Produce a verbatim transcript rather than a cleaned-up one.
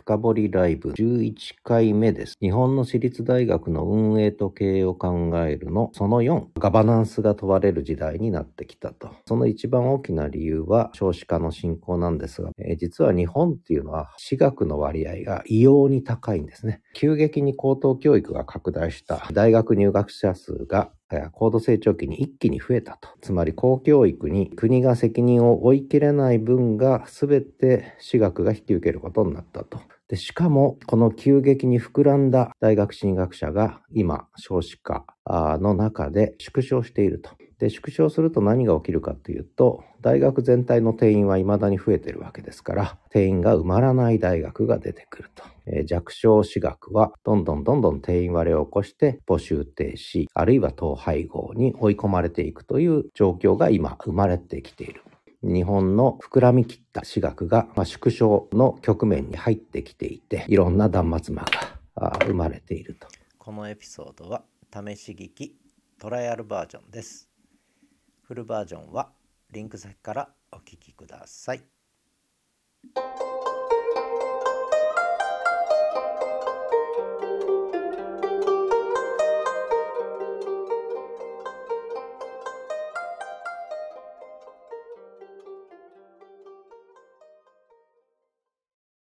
深掘りライブじゅういっかいめです。日本の私立大学の運営と経営を考えるのそのよん、ガバナンスが問われる時代になってきたと。その一番大きな理由は少子化の進行なんですが、えー、実は日本っていうのは私学の割合が異様に高いんですね。急激に高等教育が拡大した大学入学者数が高度成長期に一気に増えたと。つまり公教育に国が責任を負い切れない分が全て私学が引き受けることになったと。で、しかもこの急激に膨らんだ大学進学者が今少子化の中で縮小していると。で、縮小すると何が起きるかというと、大学全体の定員は未だに増えているわけですから、定員が埋まらない大学が出てくると。えー、弱小私学はどんどんどんどん定員割れを起こして募集停止、あるいは統廃合に追い込まれていくという状況が今生まれてきている。日本の膨らみきった私学が、まあ、縮小の局面に入ってきていて、いろんな断末魔が生まれていると。 このエピソードは試し聞きトライアルバージョンです。フルバージョンはリンク先からお聞きください。